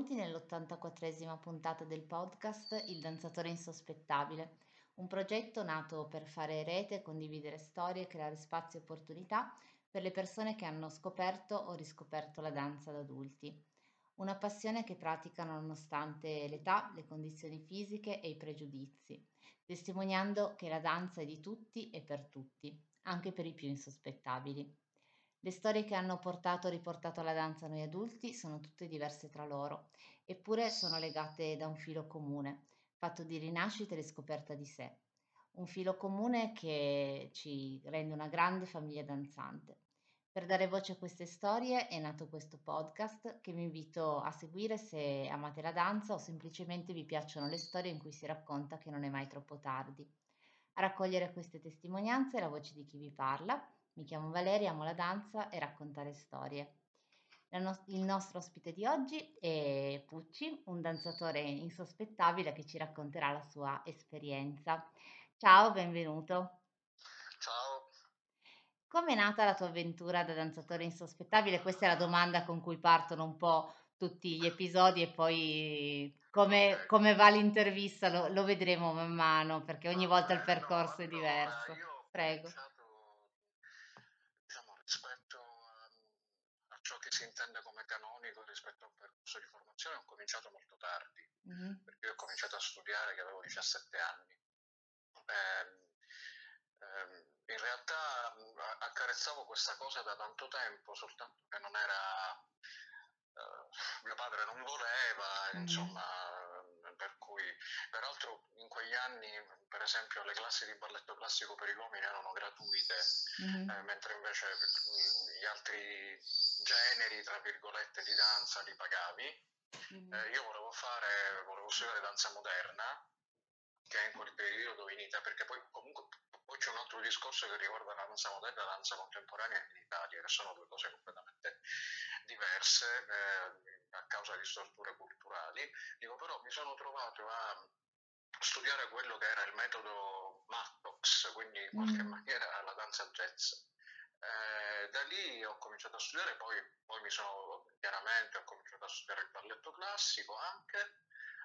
benvenuti nell'84esima puntata del podcast Il danzatore insospettabile, un progetto nato per fare rete, condividere storie e creare spazi e opportunità per le persone che hanno scoperto o riscoperto la danza da adulti. Una passione che praticano nonostante l'età, le condizioni fisiche e i pregiudizi, testimoniando che la danza è di tutti e per tutti, anche per i più insospettabili. Le storie che hanno portato o riportato la danza a noi adulti sono tutte diverse tra loro, eppure sono legate da un filo comune, fatto di rinascita e riscoperta di sé. Un filo comune che ci rende una grande famiglia danzante. Per dare voce a queste storie è nato questo podcast che vi invito a seguire se amate la danza o semplicemente vi piacciono le storie in cui si racconta che non è mai troppo tardi. A raccogliere queste testimonianze è la voce di chi vi parla. Mi chiamo Valeria, amo la danza e raccontare storie. Il nostro ospite di oggi è Pucci, un danzatore insospettabile che ci racconterà la sua esperienza. Ciao, benvenuto. Ciao. Come è nata la tua avventura da danzatore insospettabile? Questa è la domanda con cui partono un po' tutti gli episodi e poi come, Okay. come va l'intervista lo vedremo man mano, perché ogni Va volta il bene. No, percorso è allora diverso. io ho Prego. cominciato, diciamo, rispetto a ciò che si intende come canonico, rispetto a un percorso di formazione, ho cominciato molto tardi, Mhm. perché io ho cominciato a studiare che avevo 17 anni. Ehm, In realtà accarezzavo questa cosa da tanto tempo, soltanto che non era, mio padre non voleva, Mhm. insomma, per cui, peraltro in quegli anni, per esempio, le classi di balletto classico per gli uomini erano gratuite, Mhm. mentre invece gli altri generi, tra virgolette, di danza li pagavi. Mhm. Io volevo studiare danza moderna, che è in quel periodo in Italia, perché poi comunque poi c'è un altro discorso che riguarda la danza moderna e la danza contemporanea in Italia, che sono due cose completamente diverse a causa di storture culturali. Dico, però mi sono trovato a studiare quello che era il metodo Mattox, quindi in qualche Mhm. maniera la danza jazz. Da lì ho cominciato a studiare, poi chiaramente ho cominciato a studiare il balletto classico anche,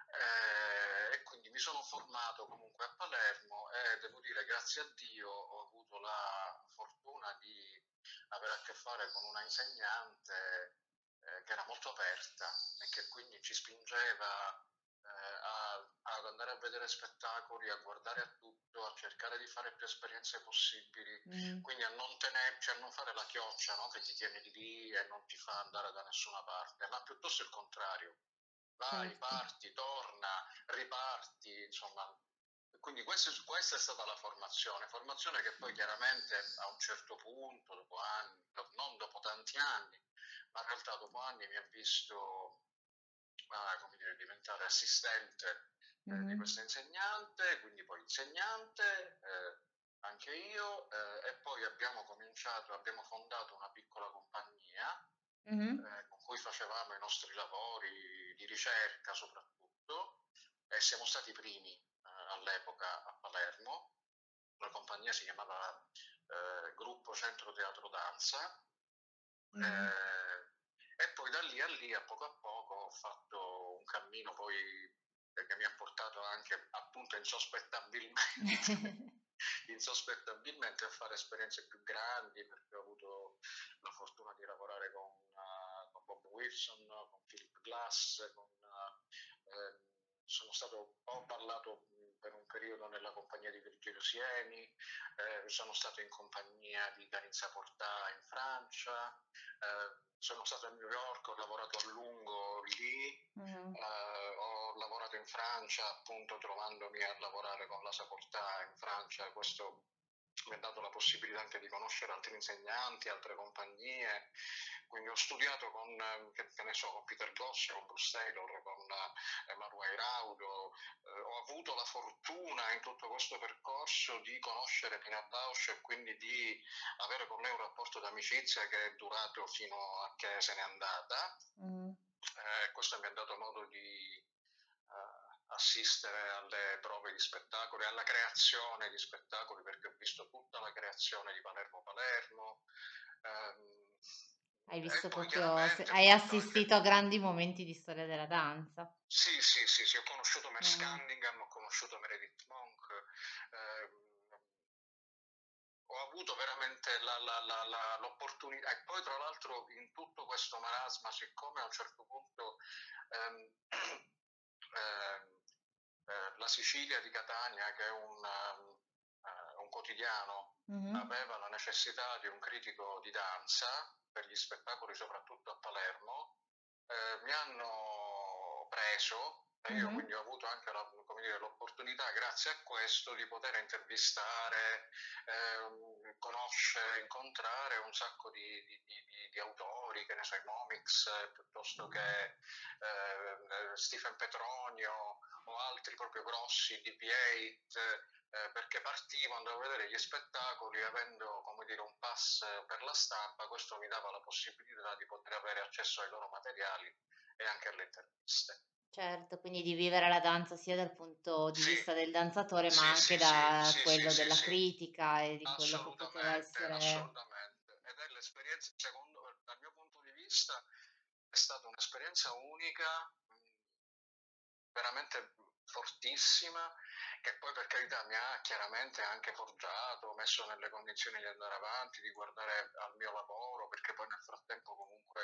e quindi mi sono formato comunque a Palermo e devo dire grazie a Dio ho avuto la fortuna di avere a che fare con una insegnante che era molto aperta e che quindi ci spingeva ad andare a vedere spettacoli, a guardare a tutto, a cercare di fare più esperienze possibili, Mhm. quindi a non tenerci, a non fare la chioccia, no? Che ti tiene lì e non ti fa andare da nessuna parte, ma piuttosto il contrario. Vai, Certo. parti, torna, riparti, insomma. Quindi questa è stata la formazione che poi chiaramente a un certo punto, dopo anni, non dopo tanti anni, ma in realtà dopo anni mi ha visto come dire, diventare assistente di Mhm. questa insegnante, quindi poi insegnante, anche io, e poi abbiamo fondato una piccola compagnia Mhm. con cui facevamo i nostri lavori di ricerca soprattutto, e siamo stati i primi all'epoca a Palermo. La compagnia si chiamava Gruppo Centro Teatro Danza, Mhm. e poi da lì a poco ho fatto un cammino poi che mi ha portato anche appunto insospettabilmente a fare esperienze più grandi, perché ho avuto la fortuna di lavorare con Bob Wilson, con Philip Glass, ho ballato per un periodo nella compagnia di Virgilio Sieni, sono stato in compagnia di Carinza Portà in Francia, sono stato a New York, ho lavorato a lungo lì, Mhm. ho lavorato in Francia appunto trovandomi a lavorare con la Saportà in Francia, questo mi ha dato la possibilità anche di conoscere altri insegnanti, altre compagnie, quindi ho studiato che ne so, con Peter Goss, con Bruce Taylor, con Emanuele Raudo, ho avuto la fortuna in tutto questo percorso di conoscere Pina Bausch e quindi di avere con lei un rapporto d'amicizia che è durato fino a che se n'è andata. Mhm. Questo mi ha dato modo di assistere alle prove di spettacoli, alla creazione di spettacoli, perché ho visto tutta la creazione di Palermo Palermo. Ehm, Hai E visto poi proprio, chiaramente ho hai fatto anche... assistito a grandi momenti di storia della danza. Sì, sì, sì, sì, ho conosciuto Merce Wow. Cunningham, ho conosciuto Meredith Monk, ehm, ho avuto veramente l'opportunità, e poi tra l'altro in tutto questo marasma, siccome a un certo punto ehm, ehm, la Sicilia di Catania, che è un quotidiano, Mhm, aveva la necessità di un critico di danza per gli spettacoli, soprattutto a Palermo, mi hanno preso e io mhm. quindi ho avuto anche come dire, l'opportunità, grazie a questo, di poter intervistare, conoscere, incontrare un sacco di autori, che ne so, i Momix, piuttosto che Stephen Petronio o altri proprio grossi, DP8, perché partivo, andavo a vedere gli spettacoli, avendo, come dire, un pass per la stampa, questo mi dava la possibilità di poter avere accesso ai loro materiali e anche alle interviste. Certo, quindi di vivere la danza sia dal punto di Sì, vista del danzatore, ma sì, anche sì, sì, da sì, sì, quello sì, della sì, critica e di quello che poteva assolutamente, essere. assolutamente. Ed è l'esperienza, secondo, dal mio punto di vista, è stata un'esperienza unica, veramente fortissima, che poi per carità mi ha chiaramente anche forgiato, messo nelle condizioni di andare avanti, di guardare al mio lavoro, perché poi nel frattempo comunque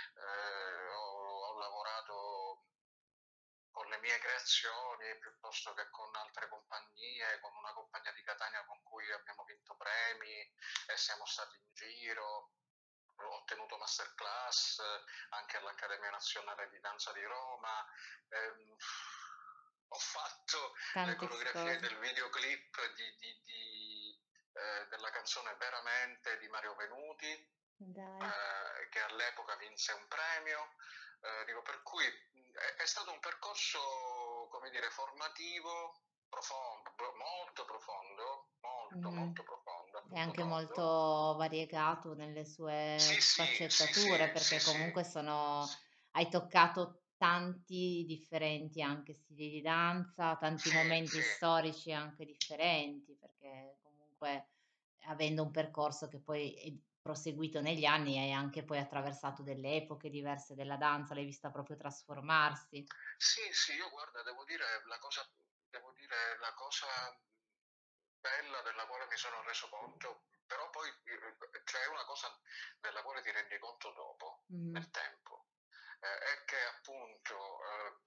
ho lavorato con le mie creazioni piuttosto che con altre compagnie, con una compagnia di Catania con cui abbiamo vinto premi e siamo stati in giro. Ho tenuto masterclass anche all'Accademia Nazionale di Danza di Roma. ehm, Ho fatto le Tante coreografie cose. del videoclip della canzone Veramente di Mario Venuti, Dai. che all'epoca vinse un premio. Dico, per cui è stato un percorso, come dire, formativo, profondo, molto, Mhm. molto profondo, a È tutto anche tondo. molto variegato nelle Sì, sue sì, sì, sfaccettature, sì, sì, perché sì, comunque hai toccato tanti differenti anche stili di danza, tanti sì, momenti sì. storici anche differenti, perché comunque avendo un percorso che poi è proseguito negli anni, hai anche poi attraversato delle epoche diverse della danza, l'hai vista proprio trasformarsi. Sì, sì, io guarda, devo dire la cosa bella della quale mi sono reso conto, però poi c'è una cosa della quale ti rendi conto dopo, Mhm. nel tempo, è che appunto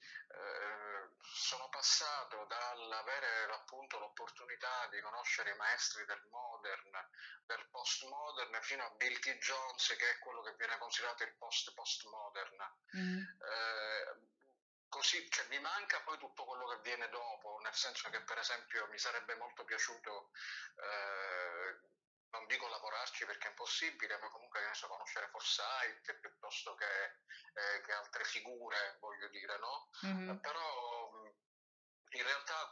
sono passato dall'avere appunto l'opportunità di conoscere i maestri del modern, del postmodern, fino a Bill T. Jones, che è quello che viene considerato il postmodern. Mhm. Così, cioè, mi manca poi tutto quello che viene dopo, nel senso che per esempio mi sarebbe molto piaciuto, non dico lavorarci perché è impossibile, ma comunque che ne so, conoscere Forsyth piuttosto che altre figure, voglio dire, no? Mhm. Però in realtà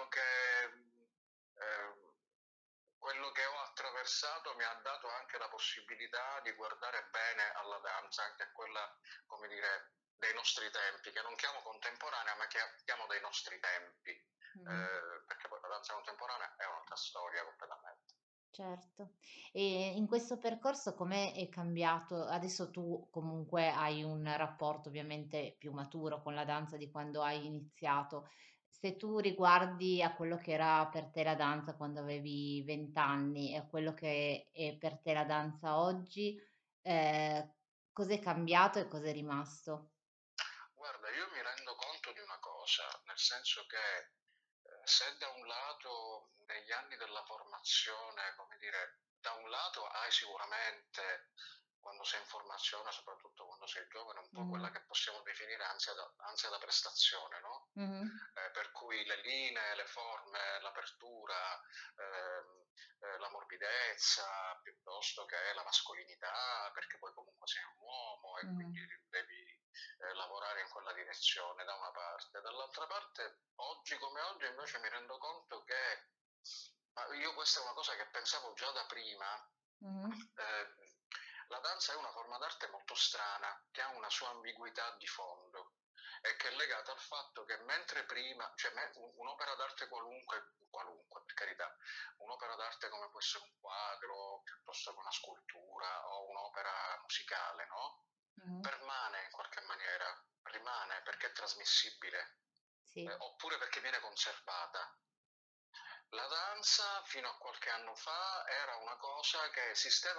quello che ho attraversato mi ha dato anche la possibilità di guardare bene alla danza, anche a quella, come dire, dei nostri tempi, che non chiamo contemporanea, ma che chiamo dei nostri tempi, Mhm. perché poi la danza contemporanea è un'altra storia completamente. Certo. E in questo percorso com'è è cambiato? Adesso tu comunque hai un rapporto ovviamente più maturo con la danza di quando hai iniziato. Se tu riguardi a quello che era per te la danza quando avevi 20 anni e a quello che è per te la danza oggi, cos'è cambiato e cos'è rimasto? Guarda, io mi rendo conto di una cosa, nel senso che se da un lato negli anni della formazione, come dire, da un lato hai sicuramente, quando sei in formazione, soprattutto quando sei giovane, un po' quella Mh-mh. che possiamo definire ansia da prestazione, no? Mh-mh. Per cui le linee, le forme, l'apertura, la morbidezza, piuttosto che la mascolinità, perché poi comunque sei un uomo e Mh-mh. quindi devi lavorare in quella direzione da una parte. Dall'altra parte, oggi come oggi invece mi rendo conto che, ma io questa è una cosa che pensavo già da prima, Mh-mh. eh, la danza è una forma d'arte molto strana, che ha una sua ambiguità di fondo e che è legata al fatto che mentre prima, cioè un'opera d'arte qualunque per carità, un'opera d'arte come può essere un quadro, piuttosto che una scultura o un'opera musicale, no? Mhm. Permane in qualche maniera, rimane perché è trasmissibile, Sì. oppure perché viene conservata. La danza fino a qualche anno fa era una cosa che esisteva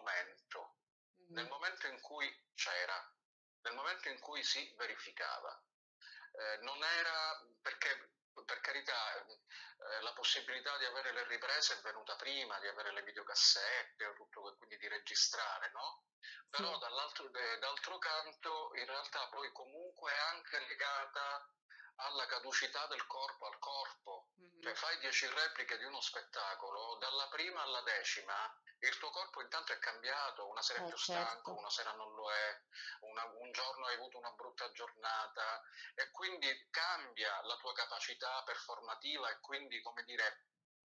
nel Mhm. momento in cui c'era, nel momento in cui si verificava. Non era perché, per carità, la possibilità di avere le riprese è venuta prima, di avere le videocassette o tutto, quindi di registrare, no? Però Sì. d'altro canto, in realtà poi comunque è anche legata alla caducità del corpo al corpo. Cioè Mhm. fai 10 repliche di uno spettacolo, dalla prima alla decima il tuo corpo intanto è cambiato, una sera è più stanco, Certo. una sera non lo è, un giorno hai avuto una brutta giornata e quindi cambia la tua capacità performativa e quindi, come dire,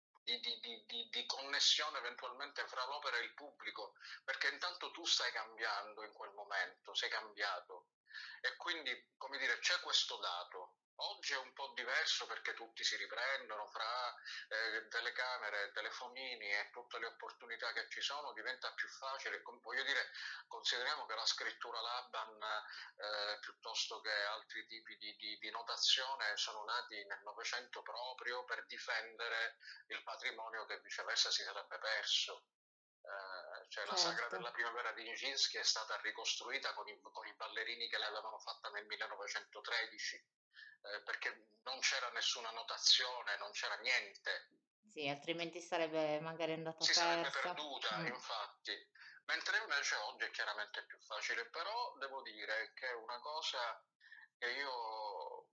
di connessione eventualmente fra l'opera e il pubblico, perché intanto tu stai cambiando in quel momento, sei cambiato e quindi, come dire, c'è questo dato. Oggi è un po' diverso perché tutti si riprendono fra telecamere, telefonini e tutte le opportunità che ci sono, diventa più facile. Voglio dire, consideriamo che la scrittura Laban piuttosto che altri tipi di notazione sono nati nel Novecento proprio per difendere il patrimonio che viceversa si sarebbe perso. Cioè la sagra Certo. della primavera di Nijinsky è stata ricostruita con i ballerini che l'avevano fatta nel 1913, perché non c'era nessuna notazione, non c'era niente. Sì, altrimenti sarebbe magari andata Si sarebbe persa. perduta, infatti. Mentre invece oggi è chiaramente più facile, però devo dire che una cosa che io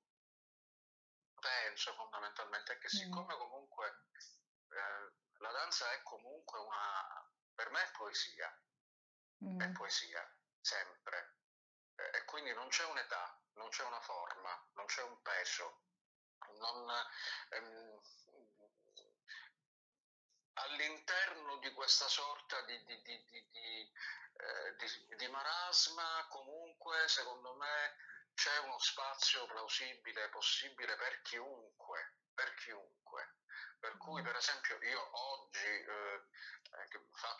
penso fondamentalmente è che Mhm. siccome comunque la danza è comunque per me è Mhm. poesia, sempre. E quindi non c'è un'età, non c'è una forma, non c'è un peso, non, ehm, all'interno di questa sorta di marasma, comunque, secondo me, c'è uno spazio plausibile, possibile per chiunque, per chiunque. Per cui, Mhm. per esempio, io oggi che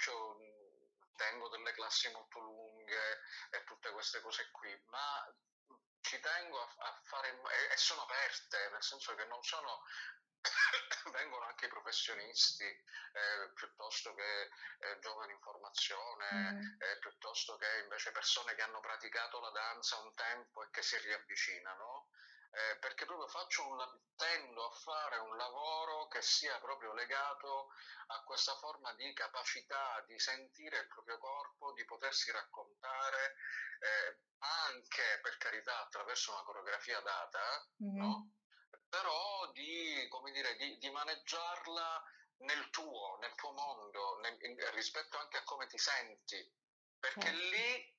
tengo delle classi molto lunghe e tutte queste cose qui, ma ci tengo a fare, e sono aperte, nel senso che non sono, vengono anche i professionisti, piuttosto che giovani in formazione, Mhm. piuttosto che invece persone che hanno praticato la danza un tempo e che si riavvicinano, perché proprio tendo a fare un lavoro che sia proprio legato a questa forma di capacità di sentire il proprio corpo, di potersi raccontare, anche per carità attraverso una coreografia data, Mhm. no? Però come dire, di maneggiarla nel tuo mondo, rispetto anche a come ti senti, perché Certo. lì,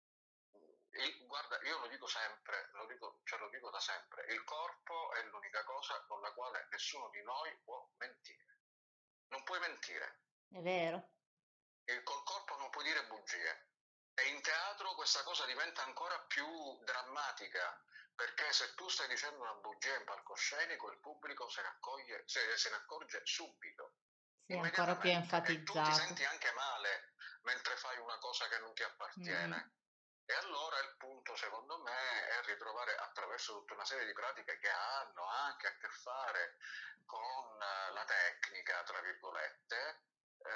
guarda, io lo dico sempre, lo dico da sempre, il corpo è l'unica cosa con la quale nessuno di noi può mentire. Non puoi mentire, È vero. col corpo non puoi dire bugie. E in teatro questa cosa diventa ancora più drammatica, perché se tu stai dicendo una bugia in palcoscenico, il pubblico se ne accorge subito, Sì, ancora più immediatamente, e tu ti enfatizzato. senti anche male mentre fai una cosa che non ti Mhm. appartiene. E allora il punto, secondo me, è ritrovare attraverso tutta una serie di pratiche che hanno anche a che fare con la tecnica, tra virgolette,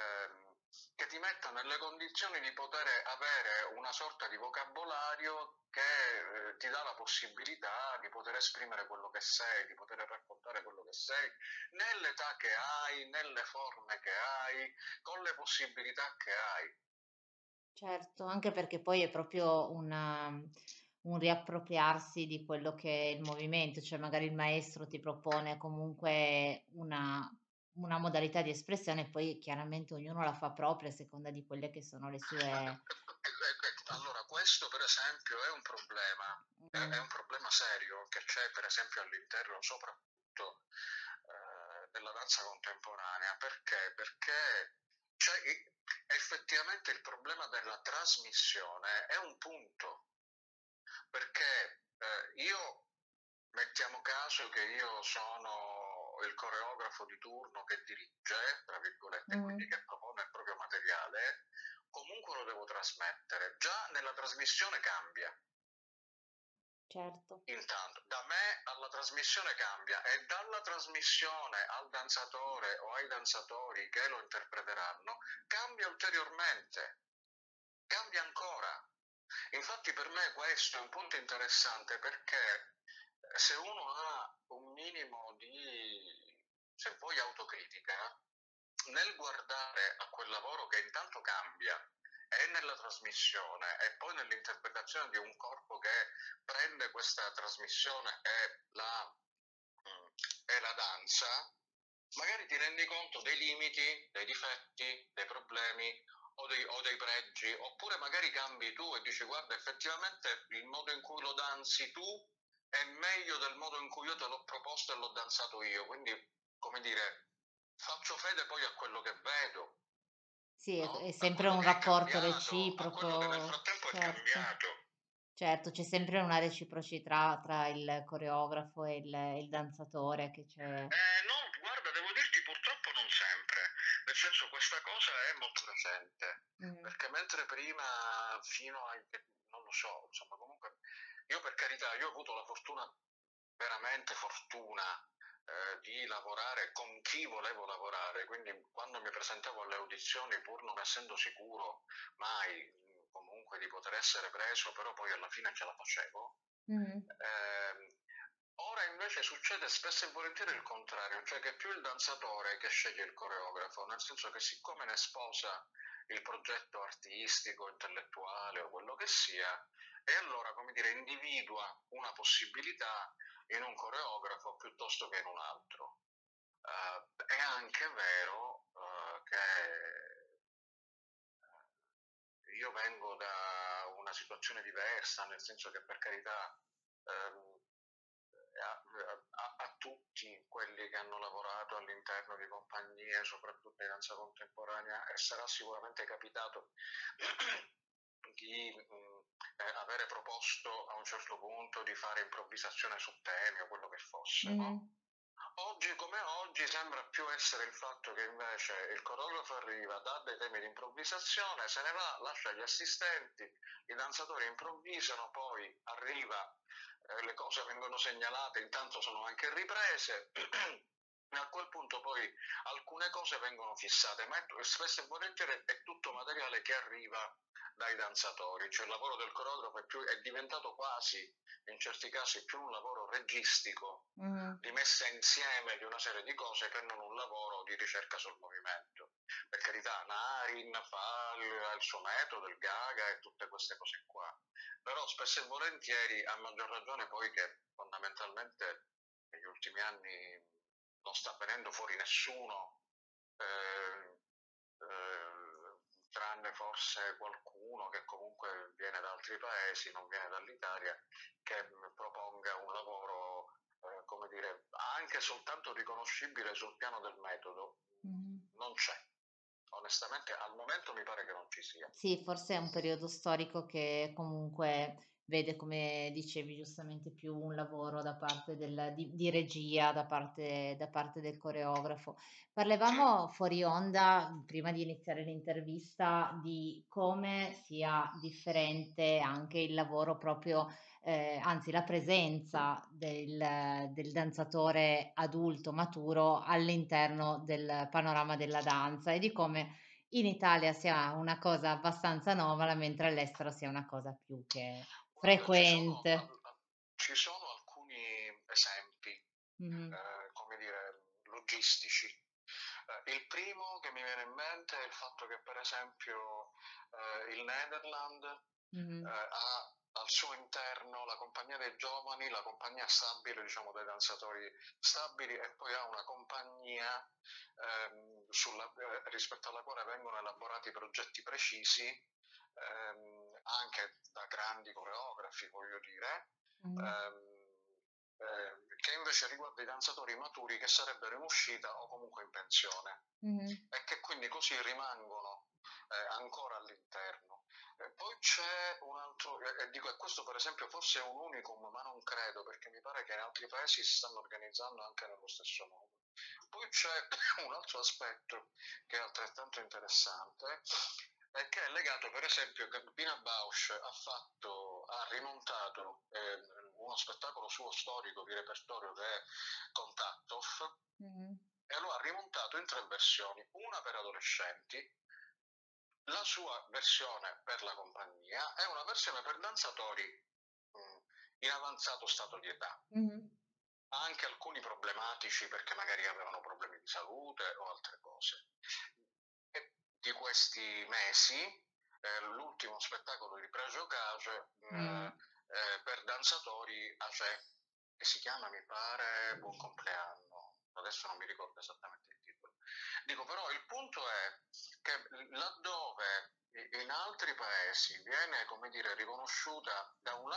che ti mettano nelle condizioni di poter avere una sorta di vocabolario che ti dà la possibilità di poter esprimere quello che sei, di poter raccontare quello che sei, nell'età che hai, nelle forme che hai, con le possibilità che hai. Certo, anche perché poi è proprio un riappropriarsi di quello che è il movimento, cioè magari il maestro ti propone comunque una modalità di espressione e poi chiaramente ognuno la fa propria a seconda di quelle che sono le sue... Allora, questo per esempio è Mm. un problema serio che c'è per esempio all'interno soprattutto della danza contemporanea. Perché? Perché c'è effettivamente il problema della trasmissione è un punto, perché mettiamo caso che io sono il coreografo di turno che dirige, tra virgolette, quindi Mm. che propone il proprio materiale materiale, comunque lo devo trasmettere. Già nella trasmissione cambia. certo. Intanto, da me alla trasmissione cambia e dalla trasmissione al danzatore o ai danzatori che lo interpreteranno cambia ulteriormente, cambia ancora. Infatti per me questo è un punto interessante perché se uno ha un minimo di, se vuoi, autocritica, nel guardare a quel lavoro che intanto cambia e nella trasmissione e poi nell'interpretazione di un corpo che prende questa trasmissione e la danza, magari ti rendi conto dei limiti, dei difetti, dei problemi o dei pregi, oppure magari cambi tu e dici guarda effettivamente il modo in cui lo danzi tu è meglio del modo in cui io te l'ho proposto e l'ho danzato io, quindi come dire, faccio fede poi a quello che vedo, Sì, è no? A sempre quello un che è rapporto cambiato, a quello che nel reciproco, frattempo è certo. cambiato. Certo, c'è sempre una reciprocità tra il coreografo e il danzatore che c'è. No, guarda, devo dirti purtroppo non sempre, nel senso questa cosa è molto recente, Mh, perché mentre prima fino a, non lo so, insomma comunque io per carità, io ho avuto la fortuna, veramente fortuna, di lavorare con chi volevo lavorare, quindi quando mi presentavo alle audizioni pur non essendo sicuro mai comunque di poter essere preso, però poi alla fine ce la facevo. mh-mh, Ehm, Ora invece succede spesso e volentieri il contrario, cioè che è più il danzatore che sceglie il coreografo, nel senso che siccome ne sposa il progetto artistico, intellettuale o quello che sia, e allora, come dire, individua una possibilità in un coreografo piuttosto che in un altro. È anche vero che io vengo da una situazione diversa, nel senso che per carità ehm, a tutti quelli che hanno lavorato all'interno di compagnie, soprattutto di danza contemporanea, e sarà sicuramente capitato di avere proposto a un certo punto di fare improvvisazione su temi o quello che fosse, mh-mh, no? Oggi come oggi sembra più essere il fatto che invece il coreografo arriva, dà dei temi di improvvisazione, se ne va, lascia gli assistenti, i danzatori improvvisano, poi arriva, le cose vengono segnalate, intanto sono anche riprese. E a quel punto poi alcune cose vengono fissate, ma spesso e volentieri è tutto materiale che arriva dai danzatori, cioè il lavoro del coreografo è diventato quasi, in certi casi, più un lavoro registico mh-mh. di messa insieme di una serie di cose che non un lavoro di ricerca sul movimento. Per carità, Narin fa il suo metodo, il Gaga e tutte queste cose qua, però spesso e volentieri, a maggior ragione poi che fondamentalmente negli ultimi anni non sta venendo fuori nessuno, eh, tranne forse qualcuno che comunque viene da altri paesi, non viene dall'Italia, che proponga un lavoro, come dire, anche soltanto riconoscibile sul piano del metodo. Mh-mh. Non c'è. Onestamente al momento mi pare che non ci sia. Sì, forse è un periodo storico che comunque vede, come dicevi giustamente, più un lavoro da parte di regia, da parte del coreografo. Mm? Parlavamo fuori onda, prima di iniziare l'intervista, di come sia differente anche il lavoro proprio, anzi la presenza del danzatore adulto, maturo all'interno del panorama della danza e di come in Italia sia una cosa abbastanza anomala, mentre all'estero sia una cosa più che Guarda, frequente. ci sono alcuni esempi, Mh-mh, come dire, logistici. Il primo che mi viene in mente è il fatto che, per esempio, il Nederland mh-mh, ha al suo interno la compagnia dei giovani, la compagnia stabile, diciamo, dei danzatori stabili, e poi ha una compagnia rispetto alla quale vengono elaborati progetti precisi, anche da grandi coreografi, voglio dire, mh-mh, che invece riguarda i danzatori maturi che sarebbero in uscita o comunque in pensione mh-mh, e che quindi così rimangono ancora all'interno. Poi c'è un altro, e dico, e questo per esempio forse è un unicum, ma non credo, perché mi pare che in altri paesi si stanno organizzando anche nello stesso modo. Poi c'è un altro aspetto che è altrettanto interessante e che è legato per esempio che Pina Bausch ha rimontato uno spettacolo suo storico di repertorio che è Contattoff Mhm. e lo ha rimontato in 3 versioni, una per adolescenti, la sua versione per la compagnia e una versione per danzatori mh, in avanzato stato di età, Mhm. anche alcuni problematici perché magari avevano problemi di salute o altre cose. E di questi mesi, l'ultimo spettacolo di Pregio Cage Mm. per danzatori ACE, che si chiama, mi pare, Buon compleanno, adesso non mi ricordo esattamente il titolo. Dico, però il punto è che laddove in altri paesi viene, come dire, riconosciuta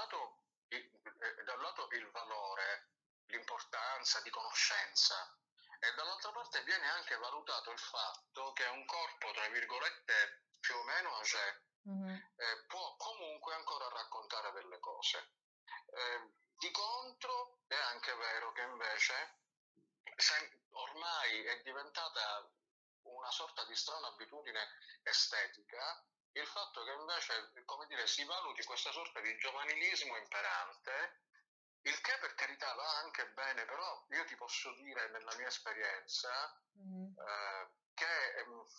da un lato il valore, l'importanza di conoscenza e dall'altra parte viene anche valutato il fatto che un corpo, tra virgolette, più o meno age, Mhm. può comunque ancora raccontare delle cose. Di contro è anche vero che invece ormai è diventata una sorta di strana abitudine estetica il fatto che invece, come dire, si valuti questa sorta di giovanilismo imperante, il che per carità va anche bene, però io ti posso dire nella mia esperienza Mhm. che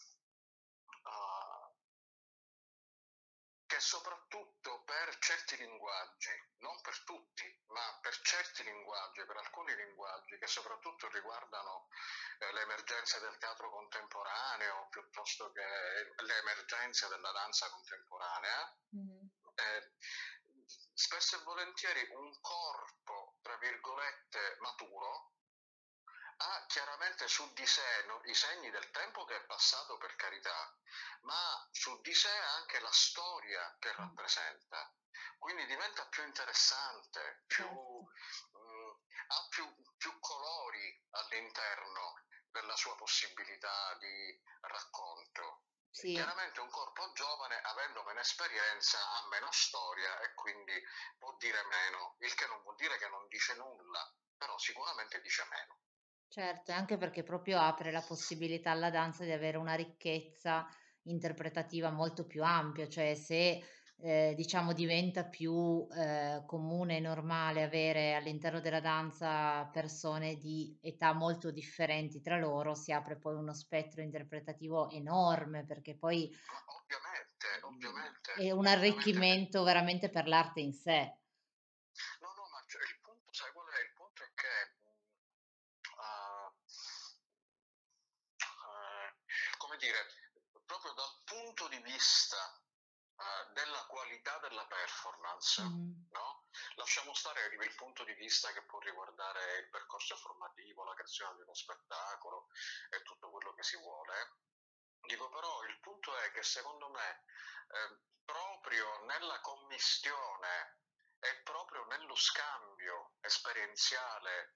che soprattutto per certi linguaggi, non per tutti, ma per certi linguaggi, per alcuni linguaggi che soprattutto riguardano le emergenze del teatro contemporaneo piuttosto che le emergenze della danza contemporanea, Mhm. eh, spesso e volentieri un corpo, tra virgolette, maturo, ha chiaramente su di sé i segni del tempo che è passato per carità, ma su di sé anche la storia che rappresenta. Quindi diventa più interessante, Certo. ha più colori all'interno della sua possibilità di racconto. Sì. Chiaramente un corpo giovane, avendo meno esperienza, ha meno storia e quindi può dire meno, il che non vuol dire che non dice nulla, però sicuramente dice meno. Certo, e anche perché proprio apre la possibilità alla danza di avere una ricchezza interpretativa molto più ampia, cioè se diciamo diventa più comune e normale avere all'interno della danza persone di età molto differenti tra loro, si apre poi uno spettro interpretativo enorme, perché poi Ma ovviamente, è un ovviamente. arricchimento veramente per l'arte in sé. No, no, ma cioè, il punto, sai qual è? Il punto è che, ah, come dire, proprio dal punto di vista della qualità della performance, Mhm. no? Lasciamo stare il punto di vista che può riguardare il percorso formativo, la creazione di uno spettacolo e tutto quello che si vuole. Dico però, il punto è che secondo me proprio nella commistione e proprio nello scambio esperienziale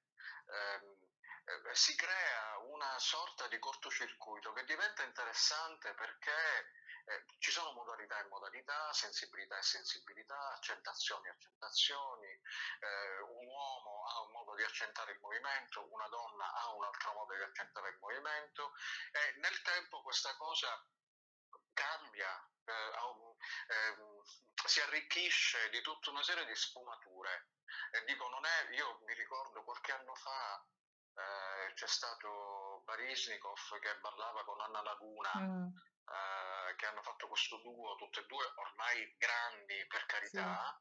si crea una sorta di cortocircuito che diventa interessante perché ci sono modalità e modalità, sensibilità e sensibilità, accentazioni e accentazioni, un uomo ha un modo di accentare il movimento, una donna ha un altro modo di accentare il movimento e nel tempo questa cosa cambia, si arricchisce di tutta una serie di sfumature. E dico, non è, io mi ricordo qualche anno fa c'è stato Baryshnikov che ballava con Anna Laguna, Mm, che hanno fatto questo duo, tutte e due ormai grandi per sì, carità,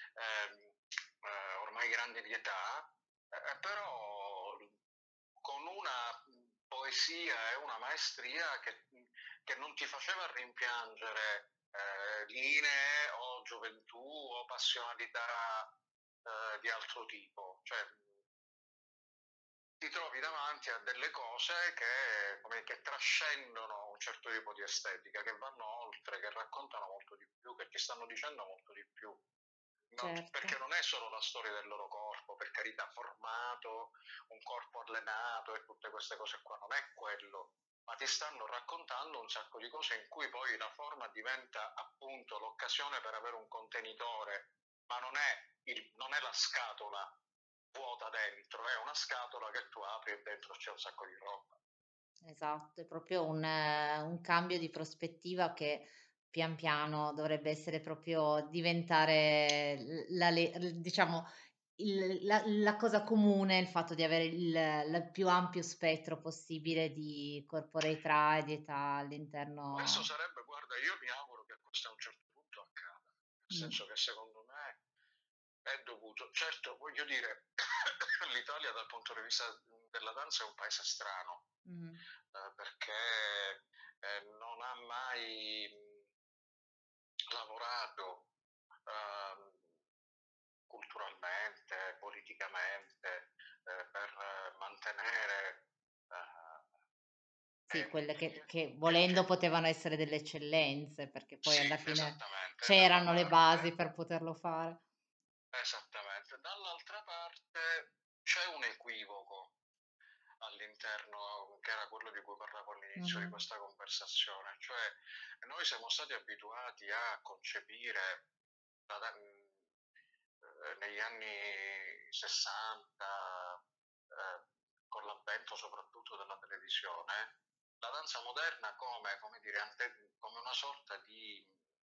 ormai grandi di età, però con una poesia e una maestria che non ti faceva rimpiangere linee o gioventù o passionalità di altro tipo. Cioè, ti trovi davanti a delle cose che trascendono un certo tipo di estetica, che vanno oltre, che raccontano molto di più, che ti stanno dicendo molto di più. certo. Perché non è solo la storia del loro corpo, per carità, formato, un corpo allenato e tutte queste cose qua, non è quello, ma ti stanno raccontando un sacco di cose in cui poi la forma diventa appunto l'occasione per avere un contenitore, ma non è la scatola vuota dentro, è una scatola che tu apri e dentro c'è un sacco di roba. Esatto, è proprio un cambio di prospettiva che pian piano dovrebbe essere proprio diventare diciamo la cosa comune, il fatto di avere il più ampio spettro possibile di corporeità e di età Questo all'interno. sarebbe, guarda, io mi auguro che questo a un certo punto accada, nel Mh, senso che secondo me è dovuto, certo, voglio dire, l'Italia dal punto di vista della danza è un paese strano, mh. perché non ha mai lavorato ehm, culturalmente, politicamente, per mantenere Sì, quelle che etniche volendo potevano essere delle eccellenze, perché poi sì, alla fine esattamente, da una c'erano le basi parte. per poterlo fare. Esattamente. Dall'altra parte c'è un equivoco all'interno, che era quello di cui parlavo all'inizio di Mh-mh, questa conversazione, cioè noi siamo stati abituati a concepire negli anni 60, eh, con l'avvento soprattutto della televisione, la danza moderna come dire, come una sorta di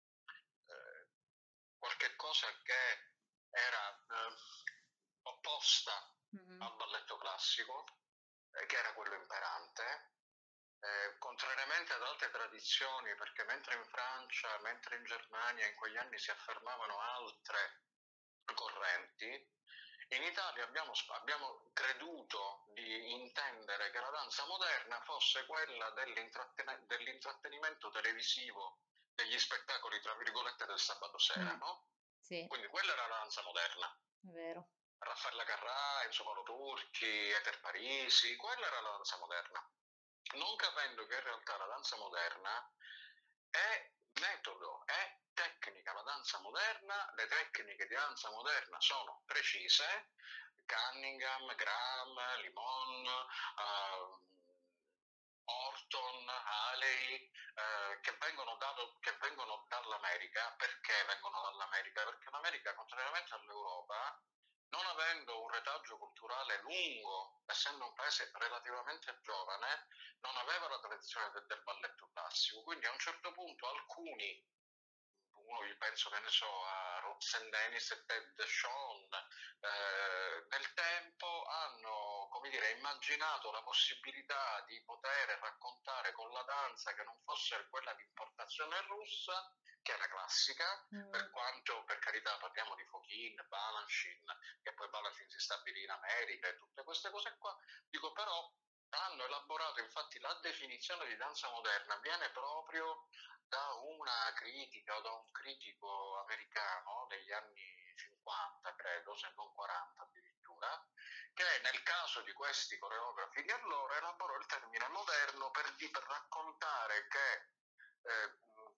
qualche cosa che era opposta mh-mh. al balletto classico, che era quello imperante, contrariamente ad altre tradizioni, perché mentre in Francia, mentre in Germania in quegli anni si affermavano altre correnti, in Italia abbiamo creduto di intendere che la danza moderna fosse quella dell'intrattenimento televisivo, degli spettacoli, tra virgolette, del sabato sera, Mh, no? sì, Quindi quella era la danza moderna. è vero. Raffaella Carrà, Enzo Paolo Turchi, Eter Parisi, quella era la danza moderna. Non capendo che in realtà la danza moderna è metodo, è tecnica. La danza moderna, le tecniche di danza moderna sono precise. Cunningham, Graham, Limon, Orton, Haley, che vengono dall'America. Perché vengono dall'America? Perché l'America, contrariamente all'Europa, non avendo un retaggio culturale lungo, essendo un paese relativamente giovane, non aveva la tradizione del balletto classico. Quindi a un certo punto alcuni, uno io penso che ne so a Roxanne Dennis e Ted Sean, nel tempo hanno, come dire, immaginato la possibilità di poter raccontare con la danza che non fosse quella di importazione russa, che era classica, Mh, per quanto, per carità, parliamo di Fokhin, Balanchine, che poi Balanchine si stabilì in America e tutte queste cose qua, dico però hanno elaborato, infatti la definizione di danza moderna viene proprio da una critica o da un critico americano degli anni 50, credo, se non 40 addirittura, che nel caso di questi coreografi di allora elaborò il termine moderno per raccontare che eh,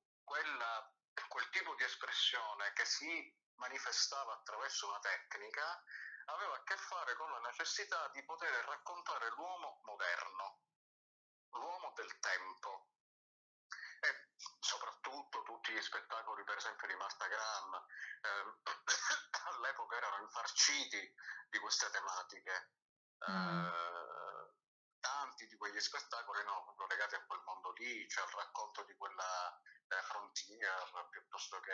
quel tipo di espressione che si manifestava attraverso una tecnica aveva a che fare con la necessità di poter raccontare l'uomo moderno, l'uomo del tempo. E soprattutto tutti gli spettacoli, per esempio, di Martha Graham, all'epoca erano infarciti di queste tematiche. mh, Tanti di quegli spettacoli erano proprio legati a quel mondo lì, cioè al racconto di quella frontier, piuttosto che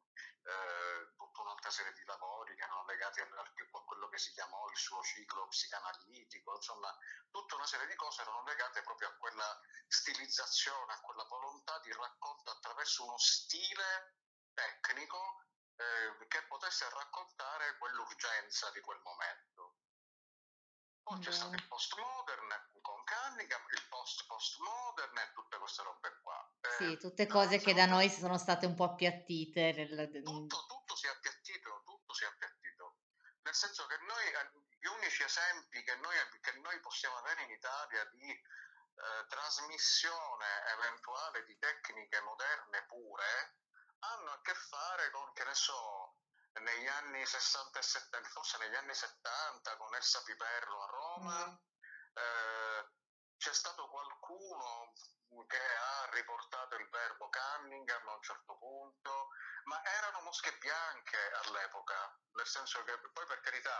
tutta un'altra serie di lavori che erano legati a quello che si chiamò il suo ciclo psicanalitico, insomma, tutta una serie di cose erano legate proprio a quella stilizzazione, a quella volontà di racconto attraverso uno stile tecnico che potesse raccontare quell'urgenza di quel momento. Poi c'è stato vero. il postmodern con Cunningham, il post-postmodern e tutte queste robe qua. Sì, tutte La cose danza che da noi moderna, sono state un po' appiattite tutto si è appiattito, tutto si è appiattito. Nel senso che noi, gli unici esempi che noi possiamo avere in Italia di trasmissione eventuale di tecniche moderne pure hanno a che fare con, che ne so, negli anni 60 e 70, forse negli anni 70 con Elsa Piperlo a mh, Roma, c'è stato qualcuno che ha riportato il verbo Cunningham a un certo punto, ma erano mosche bianche all'epoca, nel senso che poi per carità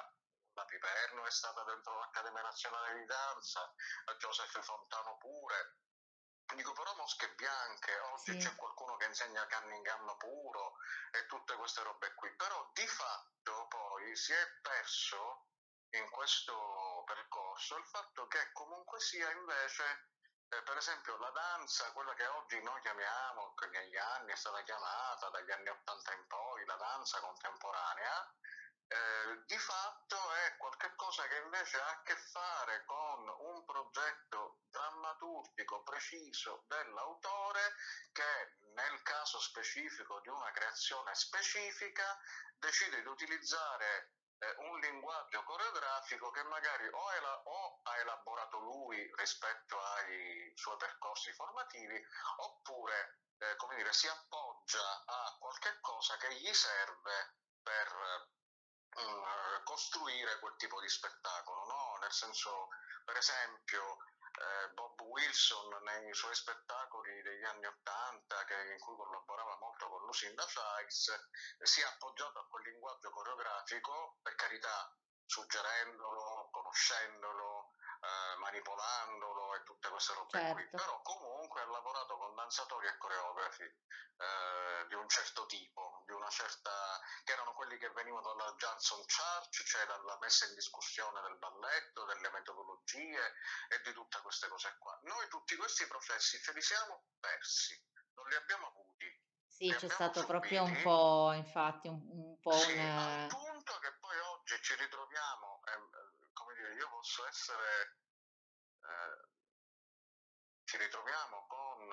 la Piperno è stata dentro l'Accademia Nazionale di Danza, Joseph Fontano pure. Dico, però mosche bianche, oggi Sì, c'è qualcuno che insegna Cunningham puro e tutte queste robe qui, però di fatto poi si è perso in questo percorso il fatto che comunque sia invece, per esempio la danza, quella che oggi noi chiamiamo, che negli anni è stata chiamata dagli anni 80 in poi, la danza contemporanea, di fatto è qualcosa che invece ha a che fare con un progetto drammaturgico preciso dell'autore che nel caso specifico di una creazione specifica decide di utilizzare un linguaggio coreografico che magari o ha elaborato lui rispetto ai suoi percorsi formativi oppure come dire, si appoggia a qualche cosa che gli serve per costruire quel tipo di spettacolo, no? Nel senso, per esempio, Bob Wilson nei suoi spettacoli degli anni Ottanta, in cui collaborava molto con Lucinda Childs, si è appoggiato a quel linguaggio coreografico, per carità, suggerendolo, conoscendolo, manipolandolo e tutte queste robe qui, certo. però comunque ha lavorato con danzatori e coreografi di un certo tipo, di una certa che erano quelli che venivano dalla Johnson Church, cioè dalla messa in discussione del balletto, delle metodologie e di tutte queste cose qua. Noi tutti questi processi ce li siamo persi, non li abbiamo avuti, Sì, li c'è abbiamo stato proprio un subiti, po', infatti, un po' sì, un... al punto che poi oggi ci ritroviamo, come dire, io posso essere, eh, ci ritroviamo con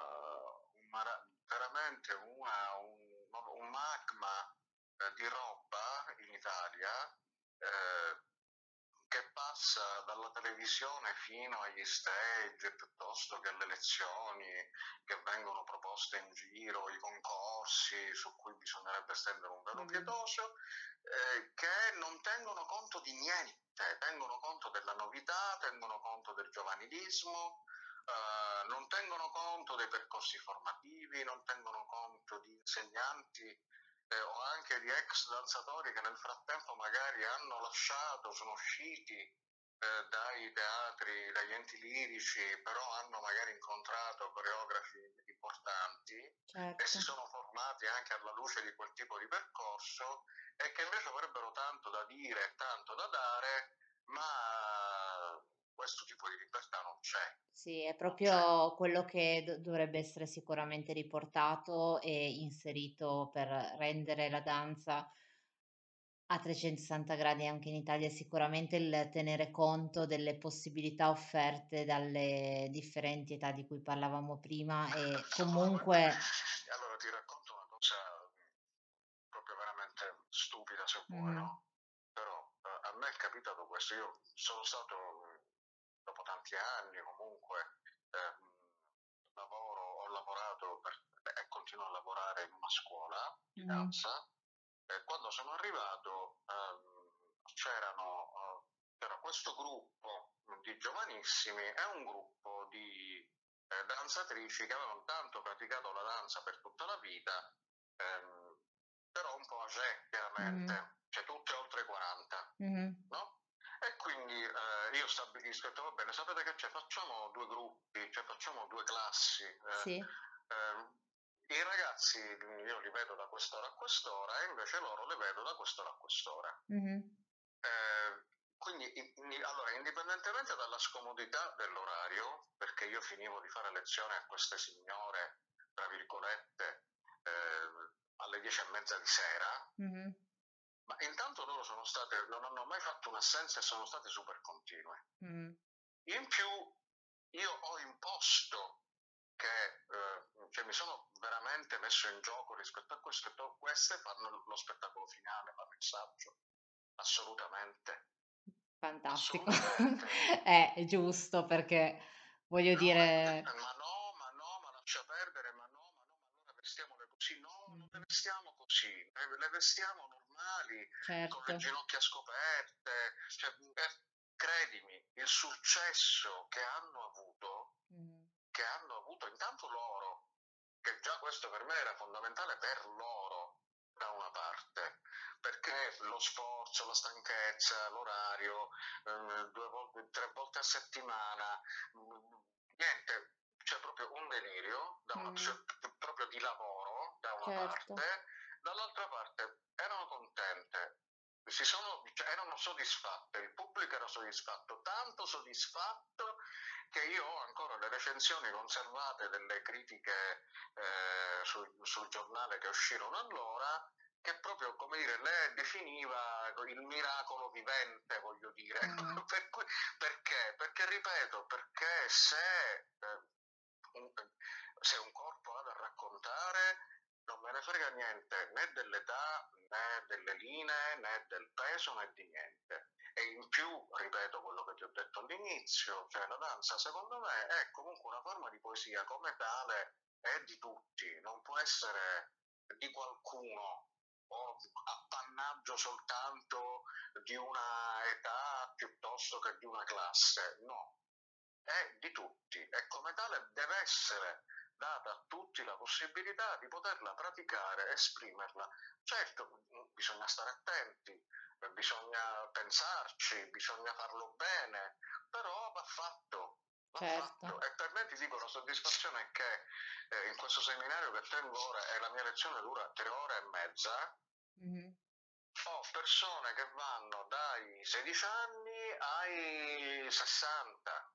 veramente un magma di roba in Italia eh, che passa dalla televisione fino agli stage, piuttosto che alle lezioni che vengono proposte in giro, i concorsi su cui bisognerebbe stendere un velo Mhm. pietoso, che non tengono conto di niente, tengono conto della novità, tengono conto del giovanilismo, non tengono conto dei percorsi formativi, non tengono conto di insegnanti o anche di ex danzatori che nel frattempo magari hanno lasciato, sono usciti dai teatri, dagli enti lirici, però hanno magari incontrato coreografi importanti e si Certo. sono formati anche alla luce di quel tipo di percorso e che invece avrebbero tanto da dire e tanto da dare, ma questo tipo di libertà non c'è. Sì, è Non c'è. proprio quello che dovrebbe essere sicuramente riportato e inserito per rendere la danza a 360 gradi anche in Italia, sicuramente il tenere conto delle possibilità offerte dalle differenti età di cui parlavamo prima e No, guarda, comunque allora ti racconto una cosa proprio veramente stupida se vuoi, mh-mh, no? Però a me è capitato questo, io sono stato, dopo tanti anni comunque, ho lavorato e continuo a lavorare in una scuola di mh-mh, danza. Quando sono arrivato c'era questo gruppo di giovanissimi e un gruppo di danzatrici che avevano tanto praticato la danza per tutta la vita, ehm, però un po' âgé mh-mh, chiaramente, cioè tutte oltre i 40, mh-mh, no? E quindi io stabilisco, ho detto, va bene, sapete che c'è? Facciamo due gruppi, cioè facciamo due classi. sì, I ragazzi io li vedo da quest'ora a quest'ora e invece loro le vedo da quest'ora a quest'ora. mh-mh, Quindi, allora, indipendentemente dalla scomodità dell'orario, perché io finivo di fare lezione a queste signore, tra virgolette, alle 10:30 di sera, mh-mh, ma intanto loro non hanno mai fatto un'assenza e sono state super continue. mh. In più, io ho imposto che, cioè mi sono veramente messo in gioco rispetto a questo, e ho detto, queste fanno lo spettacolo finale, fanno il saggio. Assolutamente, Fantastico. assolutamente. È giusto perché voglio No, dire ma no, ma no, ma lascia perdere, ma no, ma no, ma allora vestiamole così. No, non le mh-mh, vestiamo così, le vestiamo normali, con le certo, ginocchia scoperte. Cioè, credimi, il successo mh-mh, che hanno avuto intanto loro, che già questo per me era fondamentale per loro, da una parte, perché lo sforzo, la stanchezza, l'orario, 2 volte, 3 volte a settimana, niente, c'è proprio un delirio, cioè, Mm, proprio di lavoro da una certo. parte, dall'altra parte erano contente, cioè, erano soddisfatte, il pubblico era soddisfatto, tanto soddisfatto che io ho ancora le recensioni conservate delle critiche sul giornale che uscirono allora, che proprio, come dire, lei definiva il miracolo vivente, voglio dire. Mm, Perché? Perché, ripeto, perché un, se un corpo ha da raccontare, non me ne frega niente né dell'età, né delle linee, né del peso, né di niente. E in più, ripeto quello che ti ho detto all'inizio, cioè la danza secondo me è comunque una forma di poesia, come tale è di tutti, non può essere di qualcuno o appannaggio soltanto di una età piuttosto che di una classe, no, è di tutti e come tale deve essere data a tutti la possibilità di poterla praticare, esprimerla. Certo, bisogna stare attenti, bisogna pensarci, bisogna farlo bene, però va fatto. Va certo. fatto. E per me ti dico la soddisfazione è che in questo seminario che tengo ora e la mia lezione dura 3 ore e mezza, Mhm. ho persone che vanno dai 16 anni ai 60.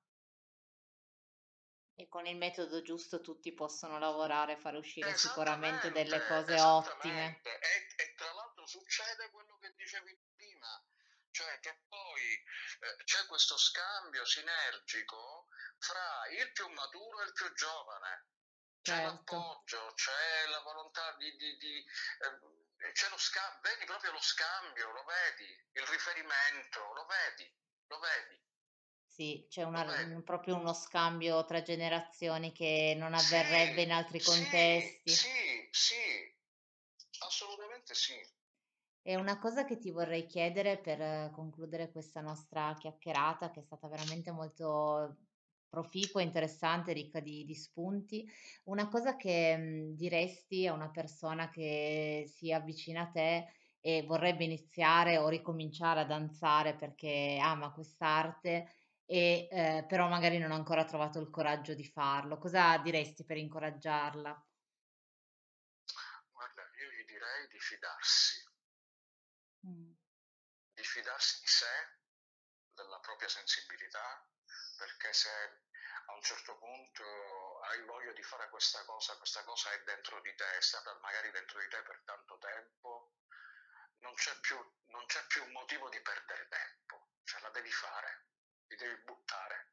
E con il metodo giusto tutti possono lavorare, fare uscire sicuramente delle Esattamente, cose ottime. esattamente. E tra l'altro succede quello che dicevi prima, cioè che poi c'è questo scambio sinergico fra il più maturo e il più giovane. C'è Certo, l'appoggio, c'è la volontà c'è vedi proprio lo scambio, lo vedi, il riferimento, lo vedi, sì, c'è lo vedi. proprio uno scambio tra generazioni che non avverrebbe in Sì, altri sì, contesti. sì, sì, assolutamente sì. E una cosa che ti vorrei chiedere per concludere questa nostra chiacchierata, che è stata veramente molto proficua, interessante, ricca di spunti, una cosa che diresti a una persona che si avvicina a te e vorrebbe iniziare o ricominciare a danzare perché ama quest'arte e però magari non ha ancora trovato il coraggio di farlo, cosa diresti per incoraggiarla? Guarda, io gli direi Mm, di fidarsi di sé, della propria sensibilità, perché se a un certo punto hai voglia di fare questa cosa è dentro di te, è stata magari dentro di te per tanto tempo, non c'è più un motivo di perdere tempo, cioè la devi fare, ti devi buttare,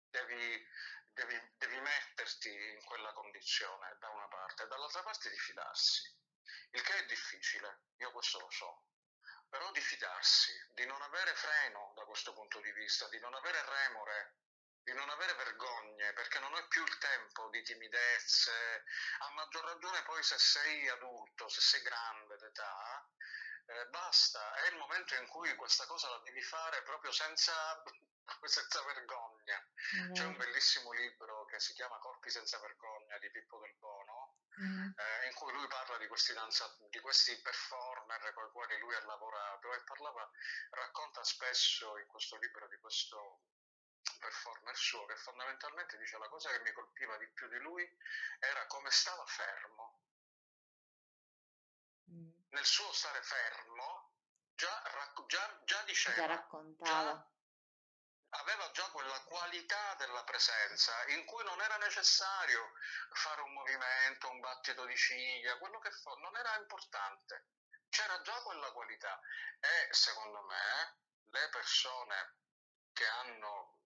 devi metterti in quella condizione da una parte e dall'altra parte di fidarsi, il che è difficile, io questo lo so, però di fidarsi, di non avere freno da questo punto di vista, di non avere remore, di non avere vergogne, perché non hai più il tempo di timidezze, a maggior ragione poi se sei adulto, se sei grande d'età, basta, è il momento in cui questa cosa la devi fare proprio senza vergogna. è C'è un vero. bellissimo libro che si chiama Corpi senza vergogna di Pippo Del Bono, Mhm. in cui lui parla di questi performer con i quali lui ha lavorato e racconta spesso in questo libro di questo performer suo che fondamentalmente dice la cosa che mi colpiva di più di lui era come stava fermo. Mm. Nel suo stare fermo già Già diceva, già raccontava. aveva già quella qualità della presenza in cui non era necessario fare un movimento, un battito di ciglia, quello che non era importante. C'era già quella qualità e secondo me le persone che hanno,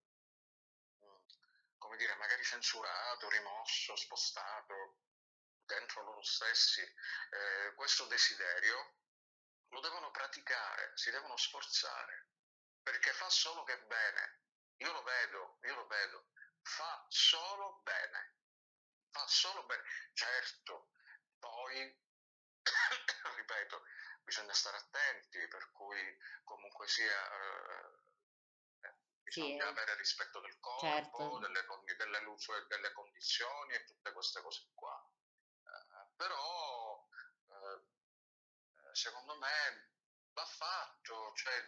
come dire, magari censurato, rimosso, spostato dentro loro stessi questo desiderio, lo devono praticare, si devono sforzare, perché fa solo che bene. Io lo vedo, fa solo bene, fa solo bene. Certo, poi, ripeto, bisogna stare attenti, per cui comunque sia, Sì, bisogna avere rispetto del certo. corpo, delle condizioni e tutte queste cose qua. Però secondo me va fatto, cioè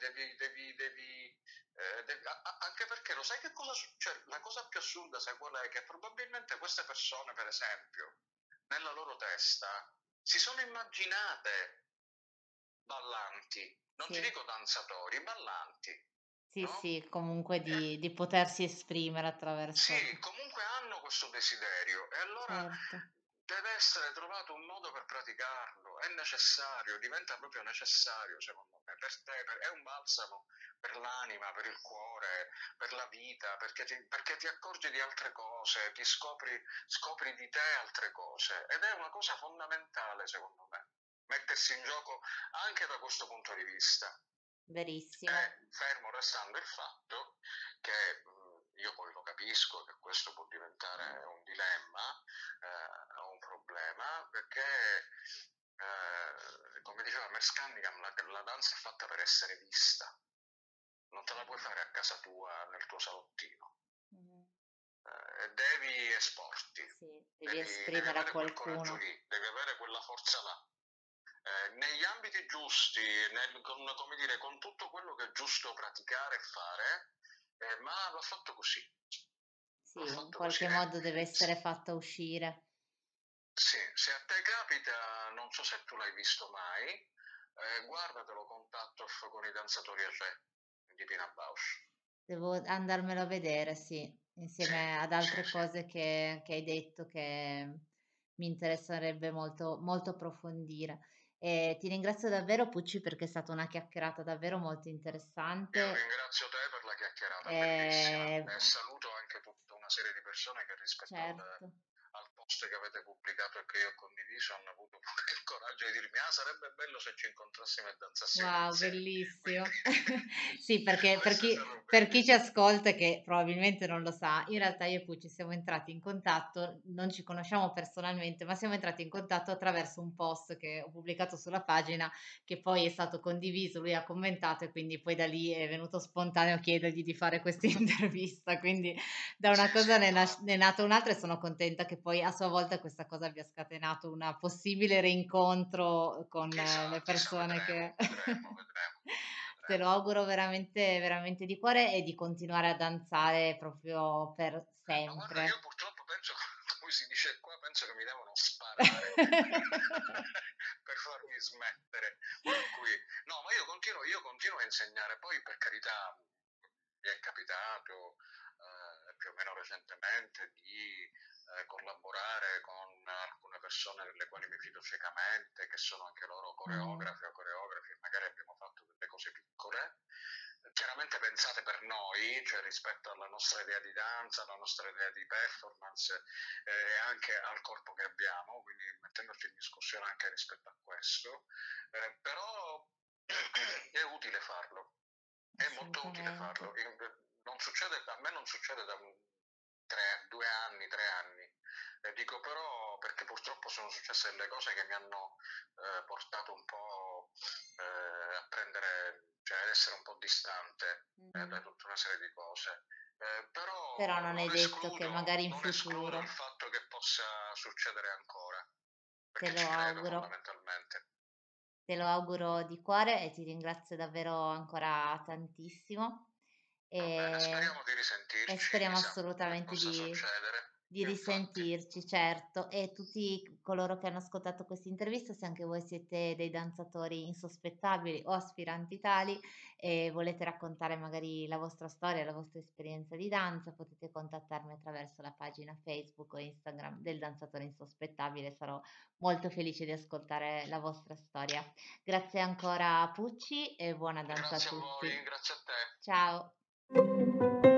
anche perché lo sai che cosa succede? La cosa più assurda, sai qual è? Che probabilmente queste persone, per esempio, nella loro testa si sono immaginate ballanti, non ti Sì, dico danzatori, ballanti, sì, no? sì, comunque Eh, di potersi esprimere attraverso... sì, comunque hanno questo desiderio e allora Certo, deve essere trovato un modo per praticarlo, è necessario, diventa proprio necessario secondo me, per te, è un balsamo per l'anima, per il cuore, per la vita, perché ti accorgi di altre cose, scopri di te altre cose ed è una cosa fondamentale secondo me, mettersi in gioco anche da questo punto di vista. verissimo. Fermo restando il fatto che io poi lo capisco che questo può diventare un dilemma, un problema, perché come diceva Merce Cunningham, la danza è fatta per essere vista, non te la puoi fare a casa tua nel tuo salottino, Mhm. devi esporti, Sì, devi devi esprimere a avere quel coraggio qualcuno. lì, devi avere quella forza là. Negli ambiti giusti, come dire, con tutto quello che è giusto praticare e fare, ma va fatto così. Va Sì, in fatto così. qualche modo deve essere fatta uscire. Sì, se a te capita, non so se tu l'hai visto mai, guardatelo Contatto con i danzatori a re di Pina Bausch. Devo andarmelo a vedere, sì, Sì, insieme ad sì, altre sì. cose che hai detto che mi interesserebbe molto, molto approfondire. E ti ringrazio davvero, Pucci, perché è stata una chiacchierata davvero molto Io interessante. ringrazio te per la chiacchierata bellissima Eh, e saluto anche tutta una serie di persone che rispetto certo. al post che avete pubblicato e che io ho condiviso hanno avuto pure il coraggio di dirmi sarebbe bello se ci incontrassimo e danzassimo Wow, insieme. Quindi bellissimo. Sì, perché questo è stato per chi ci bellissimo. ascolta e che probabilmente non lo sa, in realtà io e Pucci siamo entrati in contatto, non ci conosciamo personalmente, ma siamo entrati in contatto attraverso un post che ho pubblicato sulla pagina, che poi è stato condiviso, lui ha commentato e quindi poi da lì è venuto spontaneo chiedergli di fare questa intervista. Quindi da una Sì, sì, cosa no, ne è nata un'altra e sono contenta che poi a sua volta questa cosa abbia scatenato un possibile rincontro con le chissà, persone che... Te lo vedremo. auguro veramente, veramente di cuore e di continuare a danzare proprio per Ma guarda, io sempre. purtroppo penso, come si dice qua, penso che mi devono sparare per farmi smettere. Per cui, no, ma io continuo a insegnare. Poi, per carità, mi è capitato più o meno recentemente di collaborare con alcune persone delle quali mi fido ciecamente, che sono anche loro Mm, coreografi o coreografi, magari abbiamo fatto delle cose piccole chiaramente pensate per noi, cioè rispetto alla nostra idea di danza, alla nostra idea di performance e anche al corpo che abbiamo, quindi mettendoci in discussione anche rispetto a questo, però è utile farlo, è molto utile assolutamente. farlo. Non succede, a me non succede da 2 anni, 3 anni. Dico però perché purtroppo sono successe delle cose che mi hanno portato un po' a prendere, cioè ad essere un po' distante da Mhm. tutta una serie di cose. Però Però non è detto che magari in non escludo il futuro, fatto che possa succedere ancora, te perché lo ci credo auguro. fondamentalmente. Te lo auguro di cuore e ti ringrazio davvero ancora tantissimo Va bene, e, speriamo di e risentirci, speriamo chissà che assolutamente possa succedere. di Infatti. risentirci, certo. E tutti coloro che hanno ascoltato questa intervista, se anche voi siete dei danzatori insospettabili o aspiranti tali e volete raccontare magari la vostra storia, la vostra esperienza di danza, potete contattarmi attraverso la pagina Facebook o Instagram del danzatore insospettabile. Sarò molto felice di ascoltare la vostra storia. Grazie ancora Pucci e buona danza a Grazie a tutti. voi, grazie a te. Ciao.